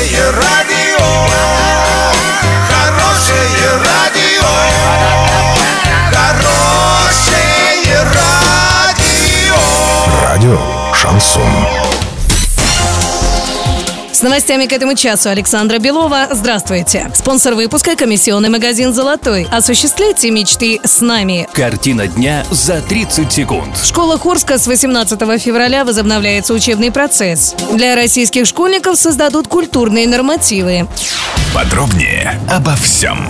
радио, хорошее радио, хорошее радио. Радио Шансон. С новостями к этому часу Александра Белова. Здравствуйте. Спонсор выпуска — комиссионный магазин «Золотой». Осуществляйте мечты с нами. Картина дня за 30 секунд. Школа Хорска с 18 февраля возобновляется учебный процесс. Для российских школьников создадут культурные нормативы. Подробнее обо всем.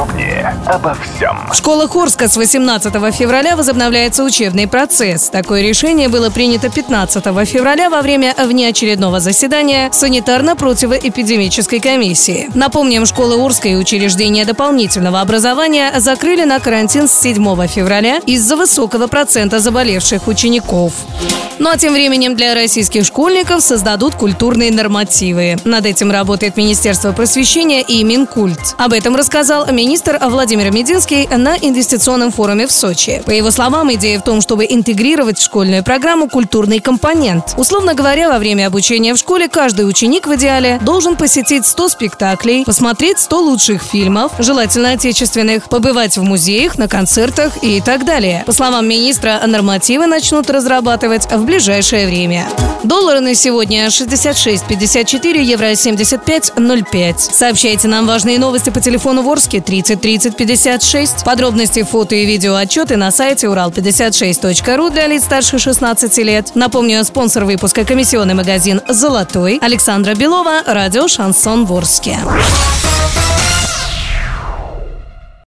Школа Хорска с 18 февраля возобновляется учебный процесс. Такое решение было принято 15 февраля во время внеочередного заседания санитарно-противоэпидемической комиссии. Напомним, школы Орска и учреждения дополнительного образования закрыли на карантин с 7 февраля из-за высокого процента заболевших учеников. Ну а тем временем для российских школьников создадут культурные нормативы. Над этим работает Министерство просвещения и Минкульт. Об этом рассказал министр Владимир Мединский на инвестиционном форуме в Сочи. По его словам, идея в том, чтобы интегрировать в школьную программу культурный компонент. Условно говоря, во время обучения в школе каждый ученик в идеале должен посетить 100 спектаклей, посмотреть 100 лучших фильмов, желательно отечественных, побывать в музеях, на концертах и так далее. По словам министра, нормативы начнут разрабатывать в ближайшее время. Доллары на сегодня 66.54, евро 75.05. Сообщайте нам важные новости по телефону в Орске 30 30 56. Подробности, фото и видео отчеты на сайте урал56.ру для лиц старше 16 лет. Напомню, спонсор выпуска — комиссионный магазин «Золотой». Александра Белова, радио «Шансон» в Орске.